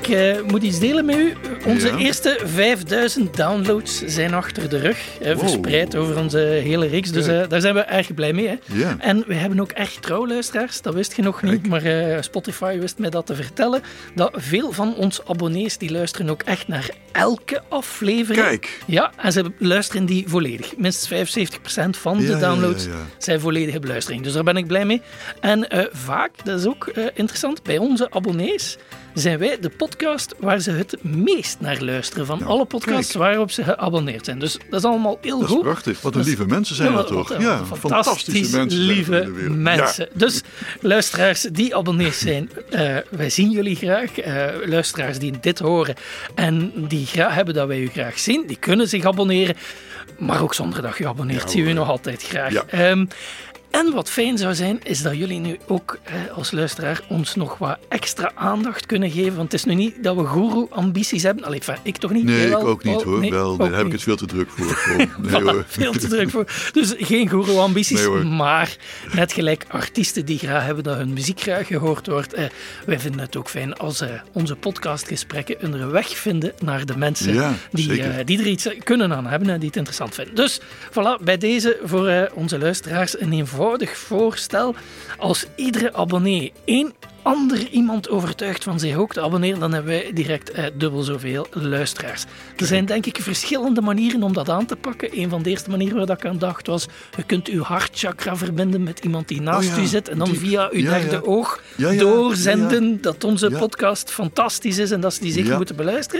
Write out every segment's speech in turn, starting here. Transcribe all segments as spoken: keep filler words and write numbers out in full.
Ik uh, moet iets delen met u. Onze ja. eerste vijfduizend downloads zijn achter de rug. Uh, wow. Verspreid over onze hele reeks. Dus uh, daar zijn we erg blij mee. Hè. Ja. En we hebben ook echt trouwluisteraars. Dat wist je nog niet. Kijk. Maar uh, Spotify wist mij dat te vertellen. Dat veel van onze abonnees die luisteren ook echt naar elke aflevering. Kijk. Ja, en ze luisteren die volledig. Minstens vijfenzeventig procent van ja, de downloads ja, ja, ja. zijn volledige beluistering. Dus daar ben ik blij mee. En uh, vaak, dat is ook uh, interessant, bij onze abonnees zijn wij de podcast waar ze het meest naar luisteren van ja, alle podcasts kijk. waarop ze geabonneerd zijn. Dus dat is allemaal heel goed. Dat is prachtig. Wat een lieve is, mensen zijn ja, dat toch? Ja, fantastische mensen. lieve mensen. Ja. Dus luisteraars die abonnees zijn, uh, wij zien jullie graag. Uh, luisteraars die dit horen en die graag hebben dat wij u graag zien, die kunnen zich abonneren. Maar ook zonder dat je abonneert, ja, zien we u nog altijd graag. Ja. Um, En wat fijn zou zijn, is dat jullie nu ook eh, als luisteraar ons nog wat extra aandacht kunnen geven. Want het is nu niet dat we goeroe-ambities hebben. Allee, enfin, ik toch niet? Nee, Jij ik wel? ook niet hoor. Nee, wel, daar heb niet. ik het veel te druk voor. Nee, voilà, hoor. Veel te druk voor. Dus geen goeroe-ambities, nee, maar net gelijk artiesten die graag hebben dat hun muziek graag gehoord wordt. Eh, wij vinden het ook fijn als eh, onze podcastgesprekken een weg vinden naar de mensen ja, die, uh, die er iets kunnen aan hebben en die het interessant vinden. Dus voilà, bij deze voor uh, onze luisteraars een eenvoudig voorstel. Als iedere abonnee één ander iemand overtuigt van zich ook te abonneren, dan hebben wij direct eh, dubbel zoveel luisteraars. Er zijn denk ik verschillende manieren om dat aan te pakken. Een van de eerste manieren waar dat ik aan dacht was, je kunt uw hartchakra verbinden met iemand die naast oh ja, u zit en dan die, via uw ja, derde ja. oog ja, ja, doorzenden ja, ja. dat onze ja. podcast fantastisch is en dat ze die zeker ja. moeten beluisteren.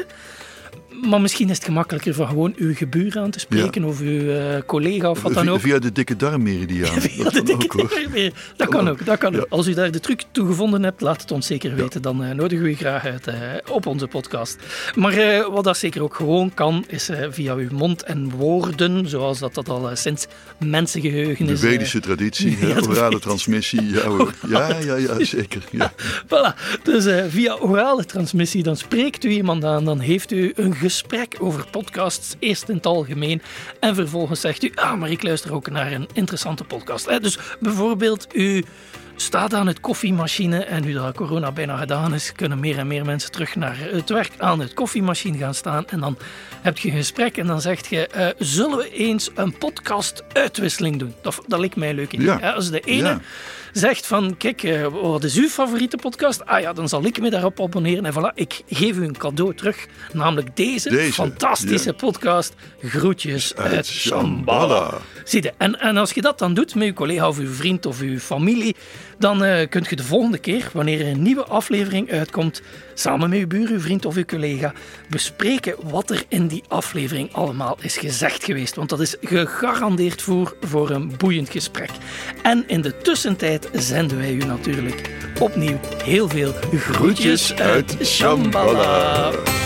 Maar misschien is het gemakkelijker van gewoon uw gebuur aan te spreken ja. of uw uh, collega of wat dan ook. Via de dikke darmmeridiaan. Via dat de dikke ook, darmmeridiaan. Dat kan ook. Dat kan ja. ook. Als u daar de truc toe gevonden hebt, laat het ons zeker weten. Ja. Dan uh, nodigen we u graag uit uh, op onze podcast. Maar uh, wat dat zeker ook gewoon kan, is uh, via uw mond en woorden, zoals dat, dat al uh, sinds mensengeheugen is. De Vedische uh, traditie, ja, orale transmissie. Ja, hoor. ja, ja, ja, zeker. Ja. Voilà. Dus uh, via orale transmissie, dan spreekt u iemand aan, dan heeft u een gesprek over podcasts, eerst in het algemeen. En vervolgens zegt u, ah, maar ik luister ook naar een interessante podcast. Hè? Dus bijvoorbeeld, u staat aan het koffiemachine en nu dat corona bijna gedaan is, kunnen meer en meer mensen terug naar het werk aan het koffiemachine gaan staan. En dan heb je een gesprek en dan zegt je, uh, zullen we eens een podcast-uitwisseling doen? Dat, dat lijkt mij een leuk idee. Ja. Als de ene ja. zegt van, kijk, uh, wat is uw favoriete podcast? Ah ja, dan zal ik me daarop abonneren. En voilà, ik geef u een cadeau terug. Namelijk deze, deze fantastische ja. podcast. Groetjes uit, uit Shambhala. Zie je, en, en als je dat dan doet met uw collega of uw vriend of uw familie, dan uh, kunt je de volgende keer, wanneer er een nieuwe aflevering uitkomt, samen met uw buur, uw vriend of uw collega, bespreken wat er in die aflevering allemaal is gezegd geweest. Want dat is gegarandeerd voor, voor een boeiend gesprek. En in de tussentijd zenden wij u natuurlijk opnieuw heel veel groetjes uit Shambhala.